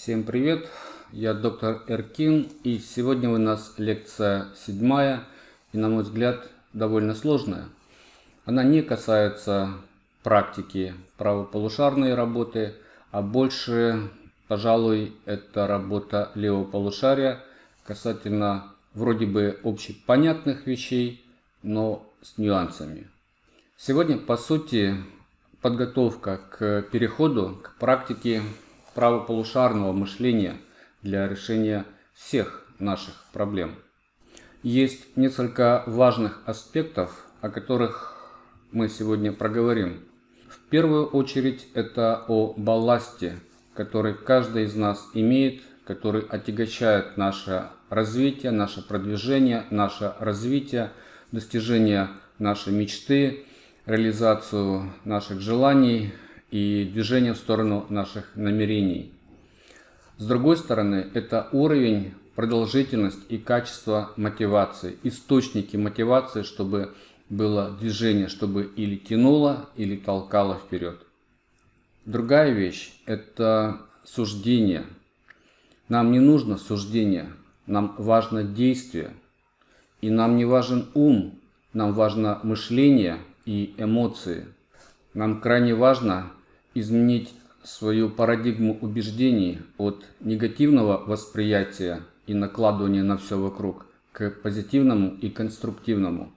Всем привет, я доктор Эркин, и сегодня у нас лекция 7, и на мой взгляд довольно сложная. Она не касается практики правополушарной работы, а больше, пожалуй, это работа левого полушария касательно вроде бы общепонятных вещей, но с нюансами. Сегодня, по сути, подготовка к переходу к практике правополушарного мышления для решения всех наших проблем. Есть несколько важных аспектов, о которых мы сегодня проговорим. В первую очередь это о балласте, который каждый из нас имеет, который отягощает наше развитие, наше продвижение, наше развитие, достижение нашей мечты, реализацию наших желаний и движение в сторону наших намерений. С другой стороны, это уровень, продолжительность и качество мотивации, источники мотивации, чтобы было движение, чтобы или тянуло, или толкало вперед. Другая вещь – это суждение. Нам не нужно суждение, нам важно действие. И нам не важен ум, нам важно мышление и эмоции. Нам крайне важно изменить свою парадигму убеждений от негативного восприятия и накладывания на все вокруг к позитивному и конструктивному.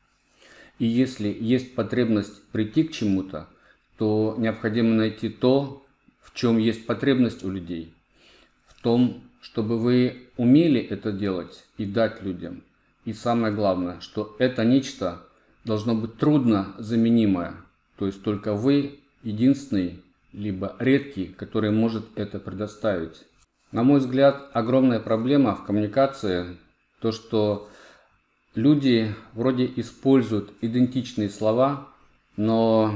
И если есть потребность прийти к чему-то, то необходимо найти то, в чем есть потребность у людей. В том, чтобы вы умели это делать и дать людям. И самое главное, что это нечто должно быть трудно заменимое. То есть только вы единственный, либо редкий, который может это предоставить. На мой взгляд, огромная проблема в коммуникации то, что люди вроде используют идентичные слова, но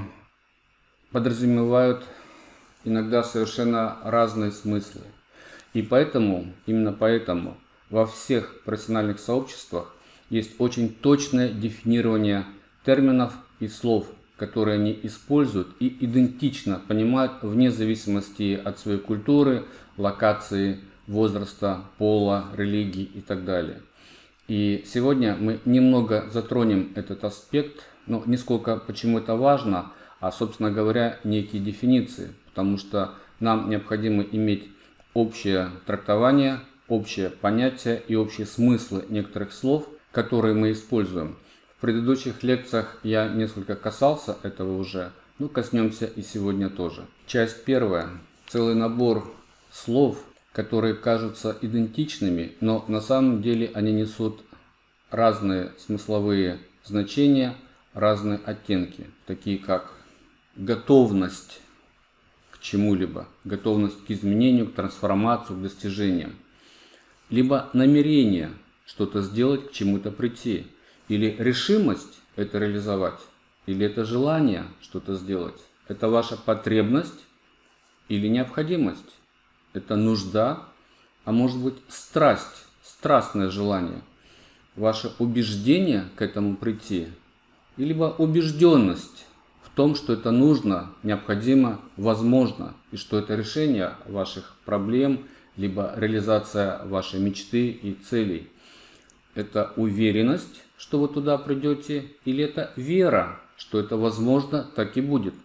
подразумевают иногда совершенно разные смыслы. И поэтому, именно поэтому, во всех профессиональных сообществах есть очень точное дефинирование терминов и слов, которые они используют и идентично понимают вне зависимости от своей культуры, локации, возраста, пола, религии и так далее. И сегодня мы немного затронем этот аспект, но не сколько почему это важно, а, собственно говоря, некие дефиниции, потому что нам необходимо иметь общее трактование, общее понятие и общие смыслы некоторых слов, которые мы используем. В предыдущих лекциях я несколько касался этого уже, но коснемся и сегодня тоже. Часть первая. Целый набор слов, которые кажутся идентичными, но на самом деле они несут разные смысловые значения, разные оттенки, такие как готовность к чему-либо, готовность к изменению, к трансформации, к достижениям, либо намерение что-то сделать, к чему-то прийти. Или решимость это реализовать, или это желание что-то сделать. Это ваша потребность или необходимость. Это нужда, а может быть страсть, страстное желание. Ваше убеждение к этому прийти, либо убежденность в том, что это нужно, необходимо, возможно, и что это решение ваших проблем, либо реализация вашей мечты и целей. Это уверенность, что вы туда придете, или это вера, что это возможно, так и будет.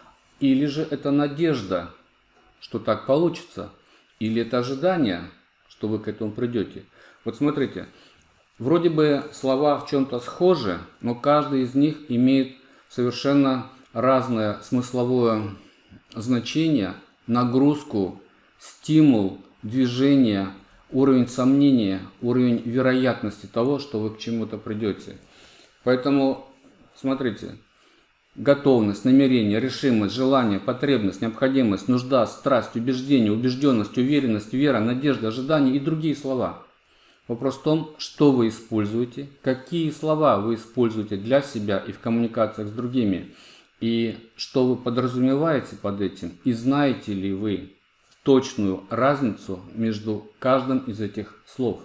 Или же это надежда, что так получится, или это ожидание, что вы к этому придете. Вот смотрите, вроде бы слова в чем-то схожи, но каждый из них имеет совершенно разное смысловое значение, нагрузку, стимул, движение, уровень сомнения, уровень вероятности того, что вы к чему-то придете. Поэтому, смотрите, готовность, намерение, решимость, желание, потребность, необходимость, нужда, страсть, убеждение, убежденность, уверенность, вера, надежда, ожидание и другие слова. Вопрос в том, что вы используете, какие слова вы используете для себя и в коммуникациях с другими, и что вы подразумеваете под этим, и знаете ли вы точную разницу между каждым из этих слов.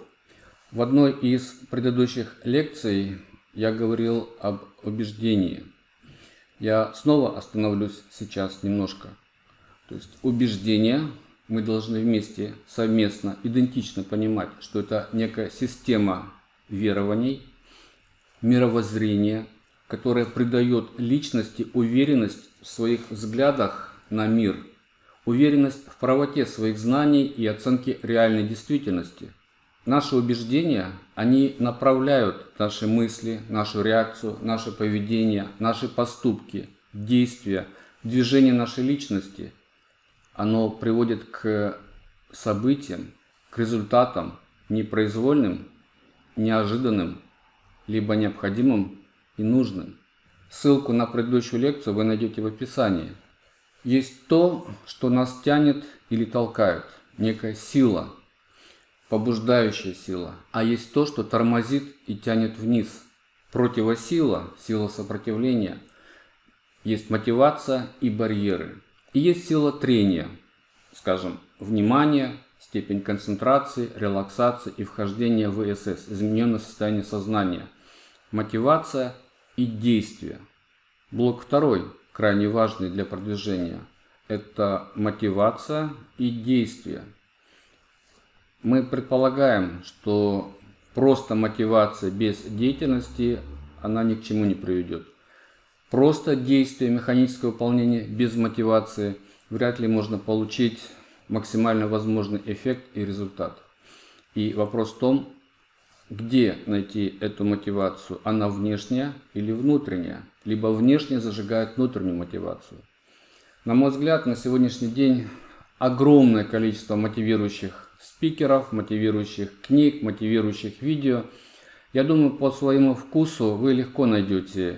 В одной из предыдущих лекций я говорил об убеждении. Я снова остановлюсь сейчас немножко. То есть убеждение мы должны вместе, совместно, идентично понимать, что это некая система верований, мировоззрения, которое придает личности уверенность в своих взглядах на мир, уверенность в правоте своих знаний и оценки реальной действительности. Наши убеждения, они направляют наши мысли, нашу реакцию, наше поведение, наши поступки, действия, движение нашей личности. Оно приводит к событиям, к результатам непроизвольным, неожиданным, либо необходимым и нужным. Ссылку на предыдущую лекцию вы найдете в описании. Есть то, что нас тянет или толкает, некая сила, побуждающая сила, а есть то, что тормозит и тянет вниз. Противосила, сила сопротивления, есть мотивация и барьеры. И есть сила трения, скажем, внимание, степень концентрации, релаксации и вхождения в ИСС, измененное состояние сознания, мотивация и действие. Блок второй, крайне важный для продвижения, это мотивация и действие. Мы предполагаем, что просто мотивация без деятельности, она ни к чему не приведет. Просто действие, механическое выполнение без мотивации вряд ли можно получить максимально возможный эффект и результат. И вопрос в том, где найти эту мотивацию? Она внешняя или внутренняя? Либо внешне зажигает внутреннюю мотивацию. На мой взгляд, на сегодняшний день огромное количество мотивирующих спикеров, мотивирующих книг, мотивирующих видео. Я думаю, по своему вкусу вы легко найдете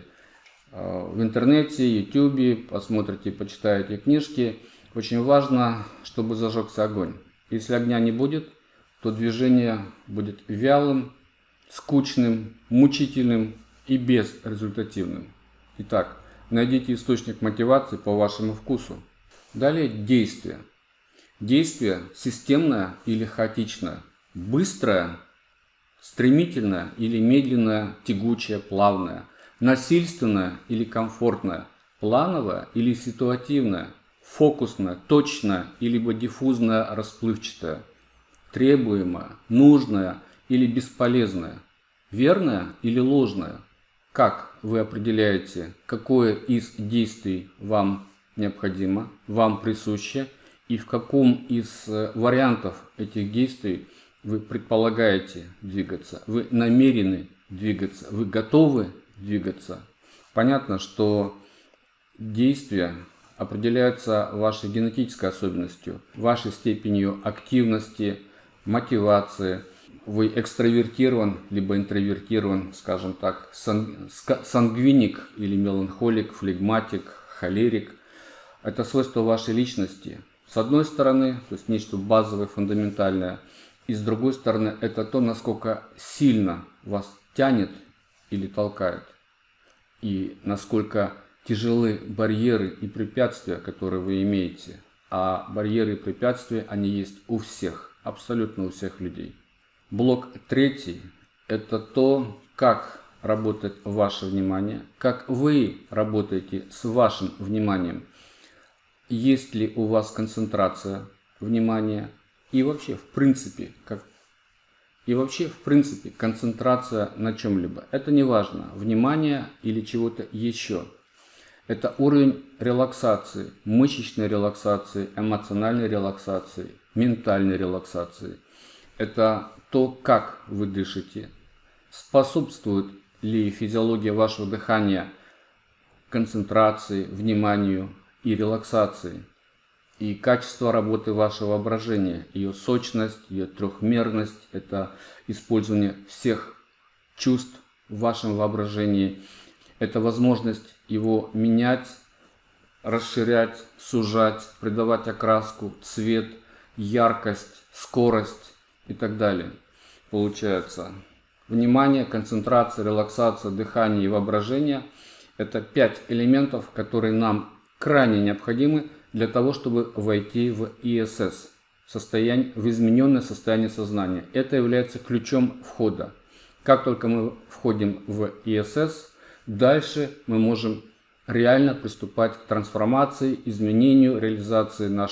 в интернете, YouTube, посмотрите, почитаете книжки. Очень важно, чтобы зажегся огонь. Если огня не будет, то движение будет вялым, скучным, мучительным и безрезультативным. Итак, найдите источник мотивации по вашему вкусу. Далее действие. Действие системное или хаотичное, быстрое, стремительное или медленное, тягучее, плавное, насильственное или комфортное, плановое или ситуативное, фокусное, точное или диффузное, расплывчатое, требуемое, нужное или бесполезное, верное или ложное. Как вы определяете, какое из действий вам необходимо, вам присуще, и в каком из вариантов этих действий вы предполагаете двигаться, вы намерены двигаться, вы готовы двигаться. Понятно, что действия определяются вашей генетической особенностью, вашей степенью активности, мотивации. Вы экстравертирован, либо интровертирован, скажем так, сангвиник или меланхолик, флегматик, холерик. Это свойство вашей личности. С одной стороны, то есть нечто базовое, фундаментальное, и с другой стороны, это то, насколько сильно вас тянет или толкает, и насколько тяжелы барьеры и препятствия, которые вы имеете. А барьеры и препятствия, они есть у всех, абсолютно у всех людей. Блок третий – это то, как работает ваше внимание, как вы работаете с вашим вниманием. Есть ли у вас концентрация внимания и вообще в принципе концентрация на чем-либо. Это не важно, внимание или чего-то еще. Это уровень релаксации, мышечной релаксации, эмоциональной релаксации, ментальной релаксации. Это то, как вы дышите. Способствует ли физиология вашего дыхания концентрации, вниманию и релаксации, и качество работы вашего воображения, ее сочность, ее трехмерность, это использование всех чувств в вашем воображении, это возможность его менять, расширять, сужать, придавать окраску, цвет, яркость, скорость и так далее. Получается, внимание, концентрация, релаксация, дыхание и воображение – это 5 элементов, которые нам крайне необходимы для того, чтобы войти в ИСС, в измененное состояние сознания. Это является ключом входа. Как только мы входим в ИСС, дальше мы можем реально приступать к трансформации, изменению, реализации наших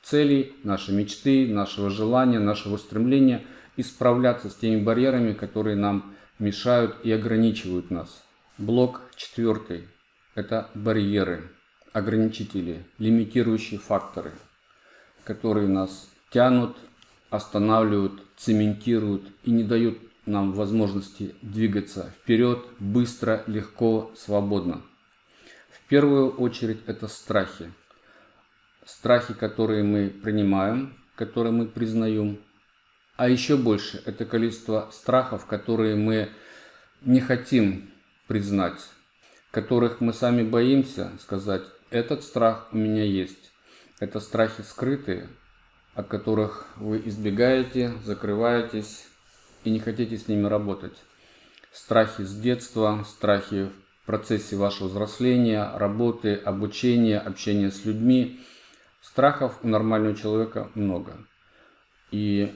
целей, нашей мечты, нашего желания, нашего стремления и справляться с теми барьерами, которые нам мешают и ограничивают нас. Блок 4. Это барьеры, ограничители, лимитирующие факторы, которые нас тянут, останавливают, цементируют и не дают нам возможности двигаться вперед быстро, легко, свободно. В первую очередь это страхи. Страхи, которые мы принимаем, которые мы признаем. А еще больше это количество страхов, которые мы не хотим признать, которых мы сами боимся сказать: этот страх у меня есть. Это страхи скрытые, от которых вы избегаете, закрываетесь и не хотите с ними работать. Страхи с детства, страхи в процессе вашего взросления, работы, обучения, общения с людьми. Страхов у нормального человека много. И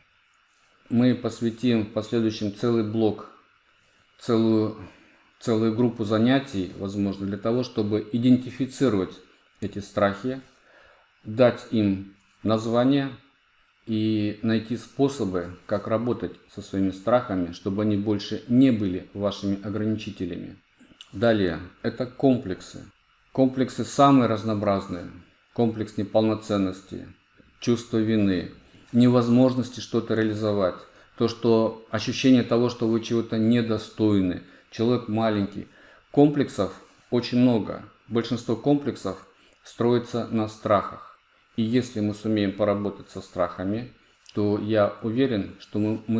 мы посвятим в последующем целый блок, целую группу занятий, возможно, для того, чтобы идентифицировать эти страхи, дать им название и найти способы, как работать со своими страхами, чтобы они больше не были вашими ограничителями. Далее, это комплексы. Комплексы самые разнообразные. Комплекс неполноценности, чувство вины, невозможности что-то реализовать. То, что ощущение того, что вы чего-то недостойны, человек маленький. Комплексов очень много. Большинство комплексов строится на страхах. И если мы сумеем поработать со страхами, то я уверен, что мы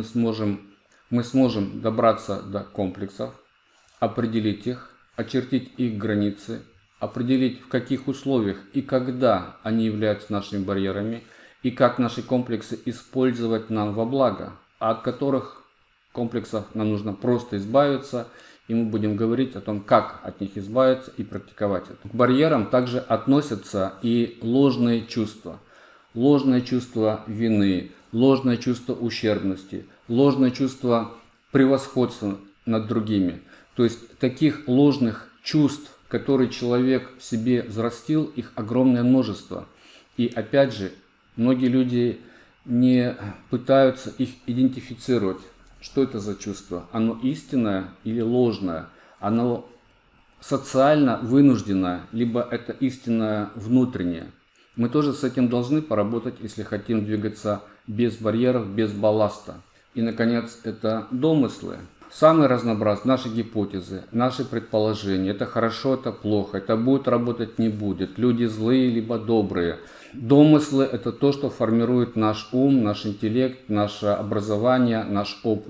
сможем добраться до комплексов, определить их, очертить их границы, определить, в каких условиях и когда они являются нашими барьерами, и как наши комплексы использовать нам во благо, а от которых комплексов нам нужно просто избавиться, и мы будем говорить о том, как от них избавиться и практиковать это. К барьерам также относятся и ложные чувства. Ложное чувство вины, ложное чувство ущербности, ложное чувство превосходства над другими. То есть таких ложных чувств, которые человек в себе взрастил, их огромное множество. И опять же, многие люди не пытаются их идентифицировать. Что это за чувство? Оно истинное или ложное? Оно социально вынужденное, либо это истинное внутреннее? Мы тоже с этим должны поработать, если хотим двигаться без барьеров, без балласта. И, наконец, это домыслы. Самые разнообразные наши гипотезы, наши предположения. Это хорошо, это плохо, это будет работать, не будет. Люди злые, либо добрые. Домыслы – это то, что формирует наш ум, наш интеллект, наше образование, наш опыт.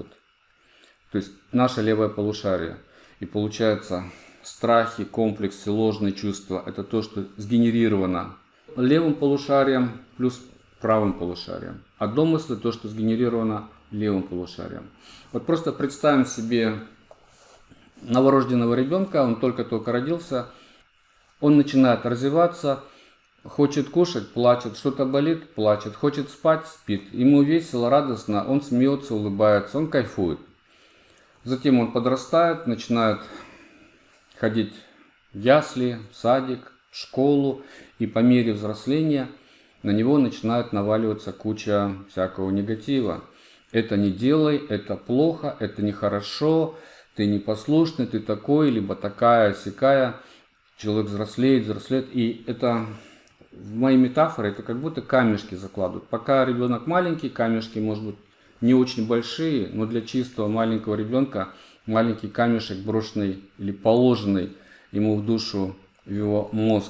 То есть наше левое полушарие. И получается, страхи, комплексы, ложные чувства – это то, что сгенерировано левым полушарием плюс правым полушарием. А домыслы – то, что сгенерировано левым полушарием. Вот просто представим себе новорожденного ребенка, он только-только родился, он начинает развиваться, хочет кушать, плачет, что-то болит, плачет, хочет спать, спит. Ему весело, радостно, он смеется, улыбается, он кайфует. Затем он подрастает, начинает ходить в ясли, в садик, в школу, и по мере взросления на него начинает наваливаться куча всякого негатива. Это не делай, это плохо, это нехорошо, ты непослушный, ты такой, либо такая, сякая. Человек взрослеет, и это, в моей метафоре, это как будто камешки закладывают. Пока ребенок маленький, камешки, может быть, не очень большие, но для чистого маленького ребенка маленький камешек, брошенный или положенный ему в душу, в его мозг,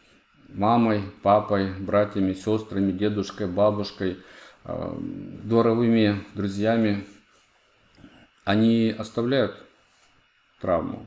мамой, папой, братьями, сестрами, дедушкой, бабушкой, дворовыми друзьями, они оставляют травму.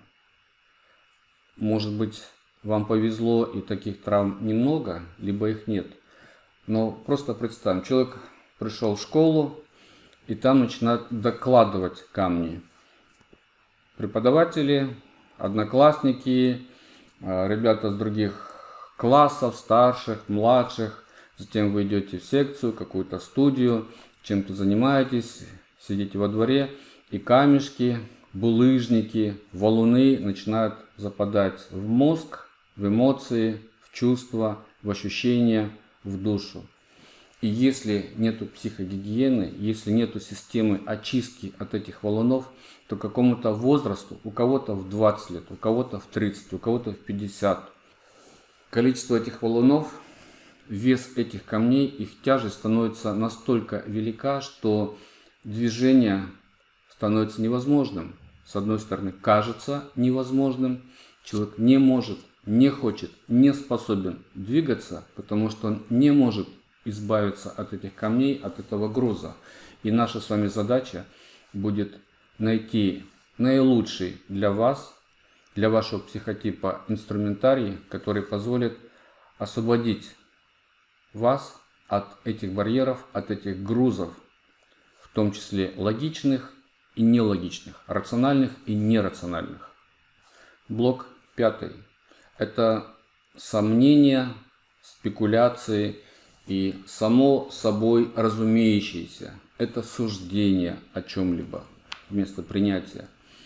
Может быть, вам повезло и таких травм немного, либо их нет. Но просто представим, человек пришел в школу, и там начинают докладывать камни. Преподаватели, одноклассники, ребята с других классов, старших, младших. Затем вы идете в секцию, какую-то студию, чем-то занимаетесь, сидите во дворе, и камешки, булыжники, валуны начинают западать в мозг, в эмоции, в чувства, в ощущения, в душу. И если нету психогигиены, если нету системы очистки от этих валунов, то к какому-то возрасту, у кого-то в 20 лет, у кого-то в 30, у кого-то в 50, количество этих валунов, вес этих камней, их тяжесть становится настолько велика, что движение становится невозможным. С одной стороны, кажется невозможным, человек не может, не хочет, не способен двигаться, потому что он не может избавиться от этих камней, от этого груза. И наша с вами задача будет найти наилучший для вас, для вашего психотипа инструментарий, который позволит освободить вас от этих барьеров, от этих грузов, в том числе логичных и нелогичных, рациональных и нерациональных. Блок 5. Это сомнения, спекуляции и само собой разумеющееся. Это суждение о чем-либо вместо принятия.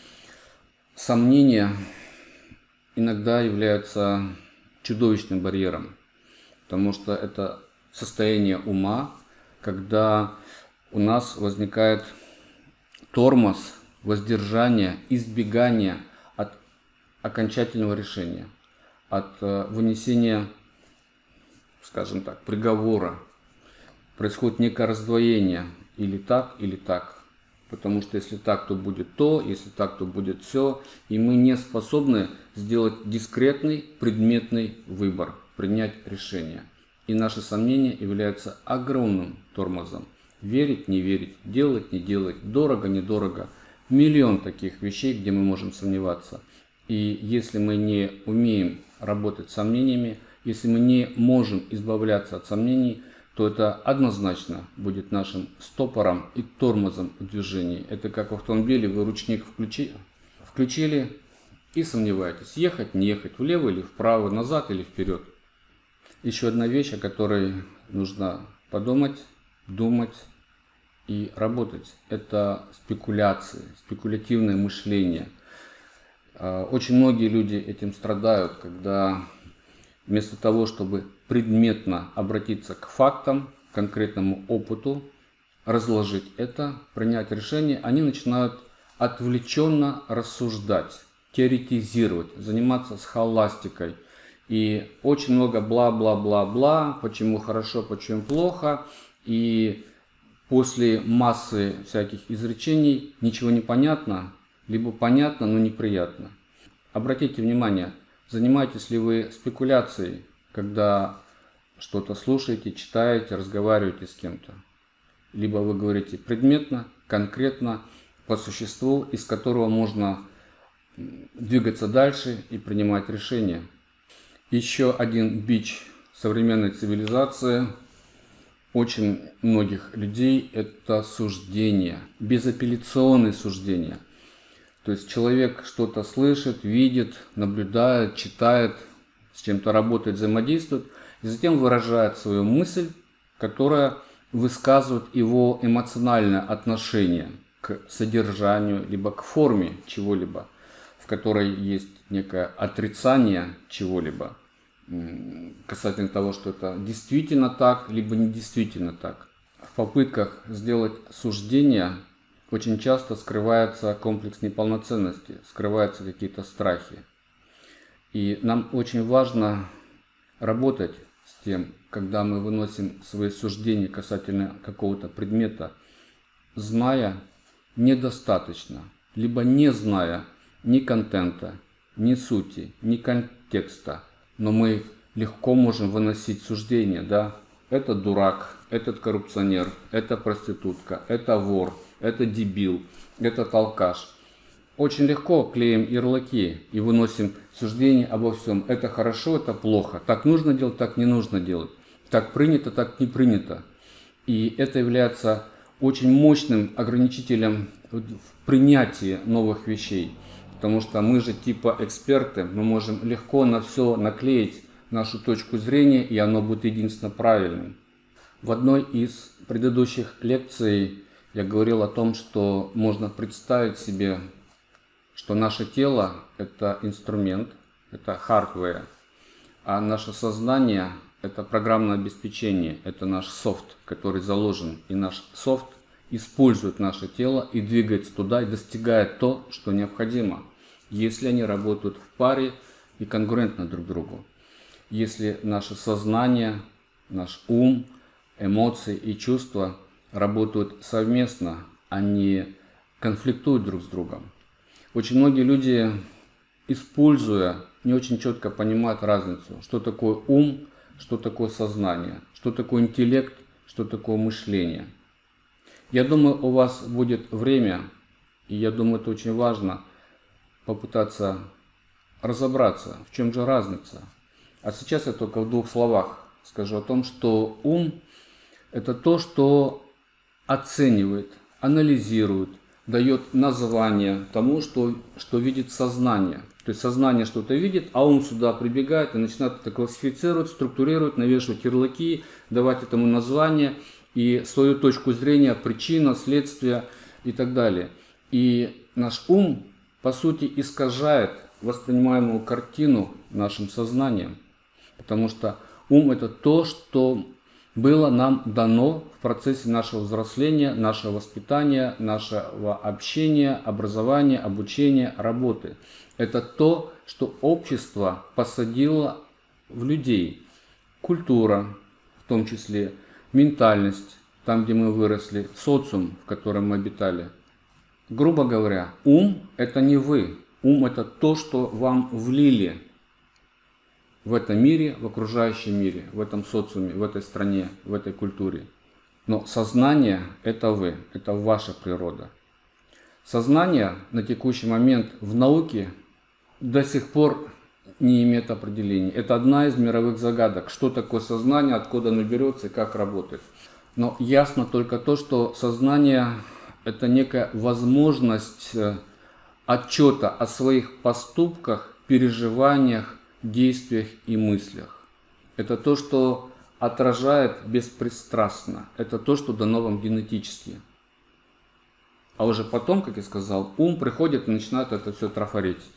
Сомнения иногда являются чудовищным барьером, потому что это состояние ума, когда у нас возникает тормоз, воздержание, избегание от окончательного решения, от вынесения, скажем так, приговора. Происходит некое раздвоение, или так, потому что если так, то будет то, если так, то будет все, и мы не способны сделать дискретный, предметный выбор, принять решение. И наши сомнения являются огромным тормозом. Верить, не верить, делать, не делать, дорого, недорого. Миллион таких вещей, где мы можем сомневаться. И если мы не умеем работать с сомнениями, если мы не можем избавляться от сомнений, то это однозначно будет нашим стопором и тормозом в движении. Это как в автомобиле, вы ручник включили и сомневаетесь, ехать, не ехать, влево или вправо, назад или вперед. Еще одна вещь, о которой нужно подумать, думать и работать, это спекуляции, спекулятивное мышление. Очень многие люди этим страдают, когда вместо того, чтобы предметно обратиться к фактам, к конкретному опыту, разложить это, принять решение, они начинают отвлеченно рассуждать, теоретизировать, заниматься схоластикой. И очень много бла-бла-бла-бла, почему хорошо, почему плохо. И после массы всяких изречений ничего не понятно, либо понятно, но неприятно. Обратите внимание, занимаетесь ли вы спекуляцией, когда что-то слушаете, читаете, разговариваете с кем-то. Либо вы говорите предметно, конкретно, по существу, из которого можно двигаться дальше и принимать решения. Еще один бич современной цивилизации, очень многих людей, это суждение, безапелляционные суждения. То есть человек что-то слышит, видит, наблюдает, читает, с чем-то работает, взаимодействует, и затем выражает свою мысль, которая высказывает его эмоциональное отношение к содержанию, либо к форме чего-либо, в которой есть некое отрицание чего-либо, касательно того, что это действительно так, либо не действительно так. В попытках сделать суждение очень часто скрывается комплекс неполноценности, скрываются какие-то страхи. И нам очень важно работать с тем, когда мы выносим свои суждения касательно какого-то предмета, зная недостаточно, либо не зная ни контента, ни сути, ни контекста, но мы легко можем выносить суждения, да, это дурак, этот коррупционер, это проститутка, это вор, это дебил, это алкаш. Очень легко клеим ярлыки и выносим суждения обо всем. Это хорошо, это плохо. Так нужно делать, так не нужно делать. Так принято, так не принято. И это является очень мощным ограничителем в принятии новых вещей. Потому что мы же типа эксперты, мы можем легко на все наклеить нашу точку зрения, и оно будет единственно правильным. В одной из предыдущих лекций я говорил о том, что можно представить себе, что наше тело – это инструмент, это hardware, а наше сознание – это программное обеспечение, это наш софт, который заложен. И наш софт использует наше тело и двигается туда, и достигает то, что необходимо, если они работают в паре и конгруентно друг другу. Если наше сознание, наш ум, эмоции и чувства работают совместно, они конфликтуют друг с другом. Очень многие люди, используя, не очень четко понимают разницу, что такое ум, что такое сознание, что такое интеллект, что такое мышление. Я думаю, у вас будет время, и я думаю, это очень важно, попытаться разобраться, в чем же разница. А сейчас я только в двух словах скажу о том, что ум – это то, что оценивает, анализирует, дает название тому, что видит сознание. То есть сознание что-то видит, а ум сюда прибегает и начинает это классифицировать, структурировать, навешивать ярлыки, давать этому название и свою точку зрения, причина, следствие и так далее. И наш ум, по сути, искажает воспринимаемую картину нашим сознанием. Потому что ум – это то, что было нам дано в процессе нашего взросления, нашего воспитания, нашего общения, образования, обучения, работы. Это то, что общество посадило в людей. Культура, в том числе, ментальность, там, где мы выросли, социум, в котором мы обитали. Грубо говоря, ум – это не вы. Ум – это то, что вам влили в этом мире, в окружающем мире, в этом социуме, в этой стране, в этой культуре. Но сознание – это вы, это ваша природа. Сознание на текущий момент в науке до сих пор не имеет определения. Это одна из мировых загадок, что такое сознание, откуда оно берется и как работает. Но ясно только то, что сознание – это некая возможность отчета о своих поступках, переживаниях, действиях и мыслях. Это то, что отражает беспристрастно. Это то, что дано вам генетически. А уже потом, как я сказал, ум приходит и начинает это все трафаретить.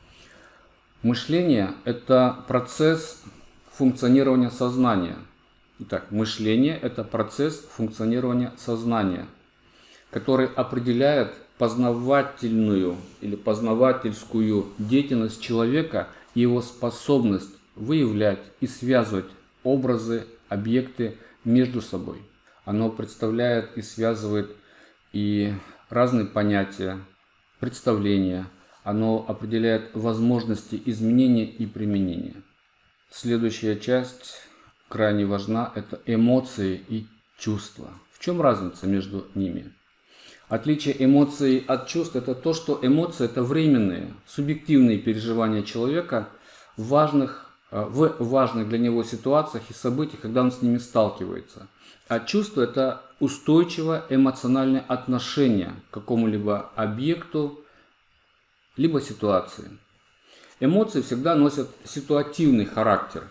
Мышление – это процесс функционирования сознания. Итак, мышление – это процесс функционирования сознания, который определяет познавательную или познавательскую деятельность человека и его способность выявлять и связывать образы, объекты между собой. Оно представляет и связывает и разные понятия, представления. Оно определяет возможности изменения и применения. Следующая часть крайне важна – это эмоции и чувства. В чем разница между ними? Отличие эмоций от чувств – это то, что эмоции – это временные, субъективные переживания человека в важных для него ситуациях и событиях, когда он с ними сталкивается. А чувство – это устойчивое эмоциональное отношение к какому-либо объекту, либо ситуации. Эмоции всегда носят ситуативный характер,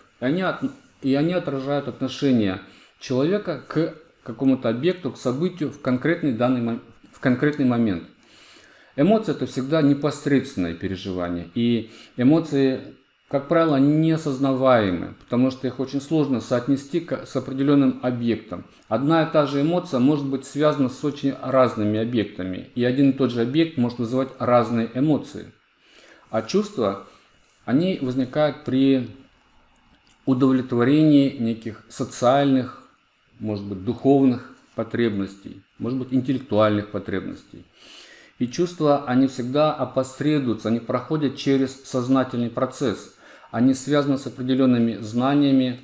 и они отражают отношение человека к какому-то объекту, к событию в конкретный момент. Эмоции – это всегда непосредственное переживание, и эмоции, как правило, неосознаваемы, потому что их очень сложно соотнести с определенным объектом. Одна и та же эмоция может быть связана с очень разными объектами, и один и тот же объект может вызывать разные эмоции. А чувства, они возникают при удовлетворении неких социальных, может быть, духовных потребностей, может быть, интеллектуальных потребностей. И чувства, они всегда опосредуются, они проходят через сознательный процесс. Они связаны с определенными знаниями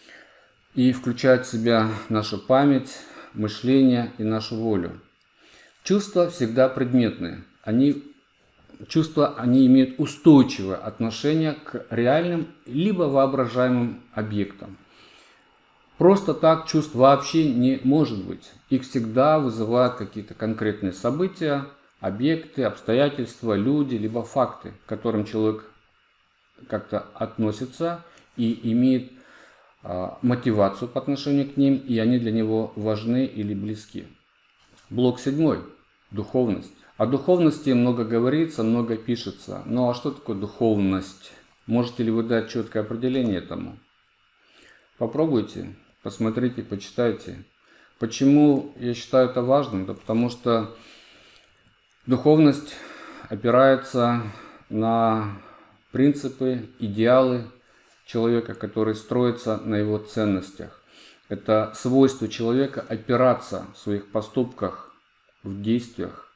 и включают в себя нашу память, мышление и нашу волю. Чувства всегда предметные. Чувства, они имеют устойчивое отношение к реальным либо воображаемым объектам. Просто так чувств вообще не может быть. Их всегда вызывают какие-то конкретные события, объекты, обстоятельства, люди, либо факты, к которым человек как-то относится и имеет мотивацию по отношению к ним, и они для него важны или близки. Блок 7. Духовность. О духовности много говорится, много пишется. Ну а что такое духовность? Можете ли вы дать четкое определение этому? Попробуйте, посмотрите, почитайте. Почему я считаю это важным? Да потому что духовность опирается на принципы, идеалы человека, которые строятся на его ценностях. Это свойство человека опираться в своих поступках, в действиях,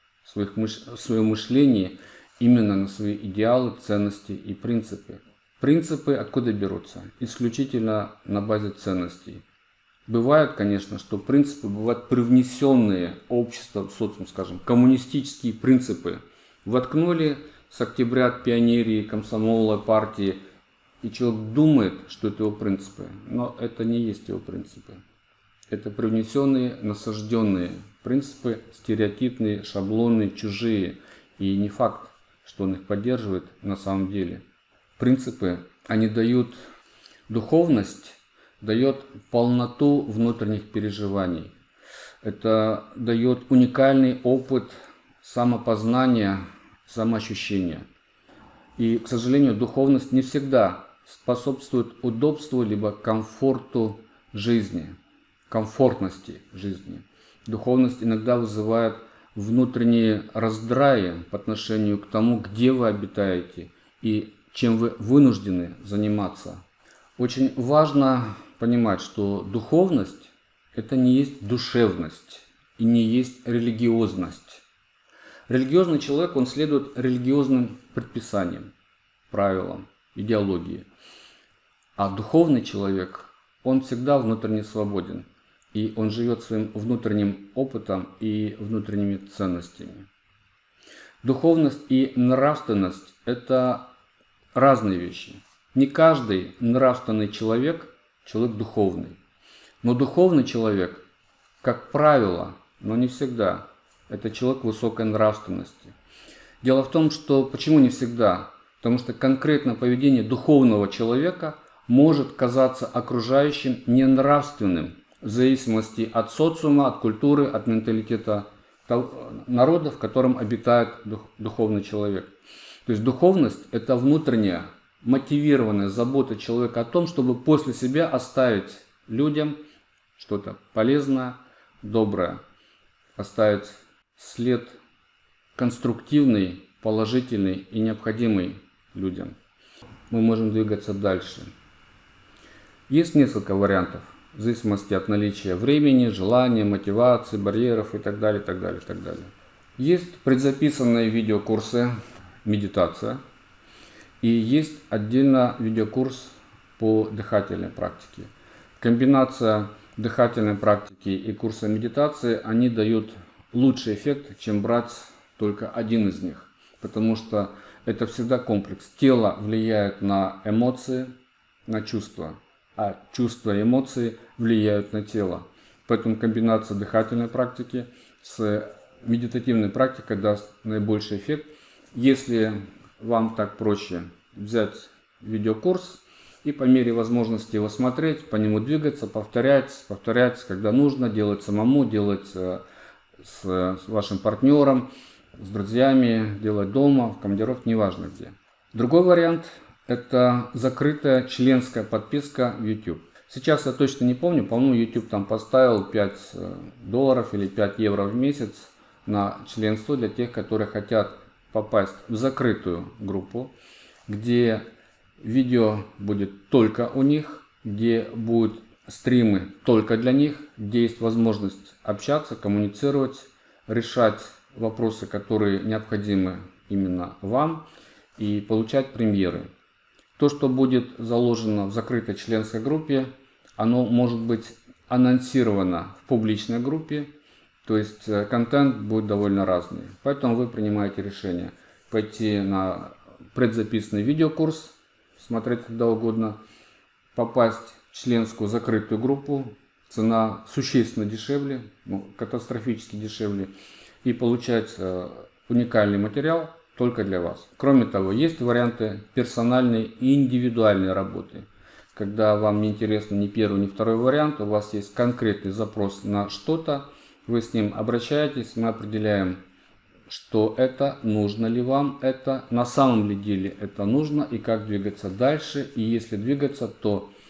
в своем мышлении именно на свои идеалы, ценности и принципы. Принципы откуда берутся? Исключительно на базе ценностей. Бывает, конечно, что принципы бывают привнесенные обществом, социумом, скажем, коммунистические принципы. Воткнули с октября пионерии, комсомола, партии, и человек думает, что это его принципы, но это не есть его принципы. Это привнесенные, насажденные принципы, стереотипные, шаблонные, чужие. И не факт, что он их поддерживает на самом деле. Принципы, они дают духовность, дает полноту внутренних переживаний. Это дает уникальный опыт самопознания, самоощущения. И, к сожалению, духовность не всегда способствует удобству либо комфорту жизни, комфортности жизни. Духовность иногда вызывает внутренние раздраи по отношению к тому, где вы обитаете и чем вы вынуждены заниматься. Очень важно понимать, что духовность – это не есть душевность и не есть религиозность. Религиозный человек, он следует религиозным предписаниям, правилам, идеологии. А духовный человек, он всегда внутренне свободен. И он живет своим внутренним опытом и внутренними ценностями. Духовность и нравственность – это разные вещи. Не каждый нравственный человек – человек духовный. Но духовный человек, как правило, но не всегда, это человек высокой нравственности. Дело в том, что почему не всегда? Потому что конкретно поведение духовного человека может казаться окружающим ненравственным, в зависимости от социума, от культуры, от менталитета народа, в котором обитает духовный человек. То есть духовность – это внутренняя, мотивированная забота человека о том, чтобы после себя оставить людям что-то полезное, доброе, оставить след конструктивный, положительный и необходимый людям. Мы можем двигаться дальше. Есть несколько вариантов. В зависимости от наличия времени, желания, мотивации, барьеров и так далее, так далее, так далее. Есть предзаписанные видеокурсы «Медитация» и есть отдельно видеокурс по дыхательной практике. Комбинация дыхательной практики и курса медитации, они дают лучший эффект, чем брать только один из них. Потому что это всегда комплекс. Тело влияет на эмоции, на чувства. А чувства и эмоции влияют на тело. Поэтому комбинация дыхательной практики с медитативной практикой даст наибольший эффект. Если вам так проще взять видеокурс и по мере возможности его смотреть, по нему двигаться, повторять, когда нужно, делать самому, делать с вашим партнером, с друзьями, делать дома, в командировке, неважно где. Другой вариант – это закрытая членская подписка в YouTube. Сейчас я точно не помню, по-моему, YouTube там поставил $5 или 5 евро в месяц на членство для тех, которые хотят попасть в закрытую группу, где видео будет только у них, где будут стримы только для них, где есть возможность общаться, коммуницировать, решать вопросы, которые необходимы именно вам, и получать премьеры. То, что будет заложено в закрытой членской группе, оно может быть анонсировано в публичной группе, то есть контент будет довольно разный. Поэтому вы принимаете решение пойти на предзаписанный видеокурс, смотреть когда угодно, попасть в членскую закрытую группу, цена существенно дешевле, катастрофически дешевле, и получать уникальный материал только для вас. Кроме того, есть варианты персональной и индивидуальной работы. Когда вам не интересно ни первый, ни второй вариант, у вас есть конкретный запрос на что-то, вы с ним обращаетесь, мы определяем, что это, нужно ли вам это, на самом ли деле это нужно и как двигаться дальше. И если двигаться, то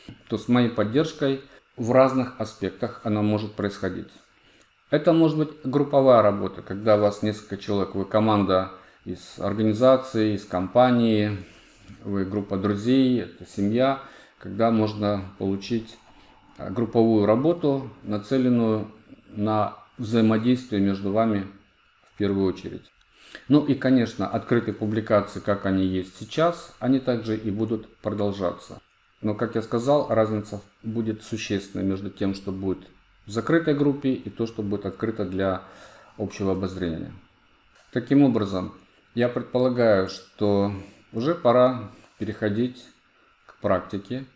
то с моей поддержкой в разных аспектах она может происходить. Это может быть групповая работа, когда у вас несколько человек, вы команда из организации, из компании, вы группа друзей, это семья, когда можно получить групповую работу, нацеленную на взаимодействие между вами в первую очередь. Ну и, конечно, открытые публикации, как они есть сейчас, они также и будут продолжаться. Но, как я сказал, разница будет существенной между тем, что будет в закрытой группе, и то, что будет открыто для общего обозрения. Таким образом, я предполагаю, что уже пора переходить к практике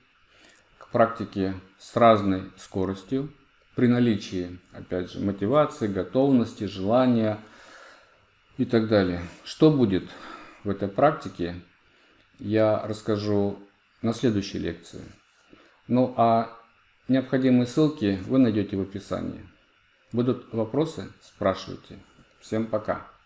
с разной скоростью, при наличии, опять же, мотивации, готовности, желания и так далее. Что будет в этой практике, я расскажу на следующей лекции. Ну а необходимые ссылки вы найдете в описании. Будут вопросы? Спрашивайте. Всем пока.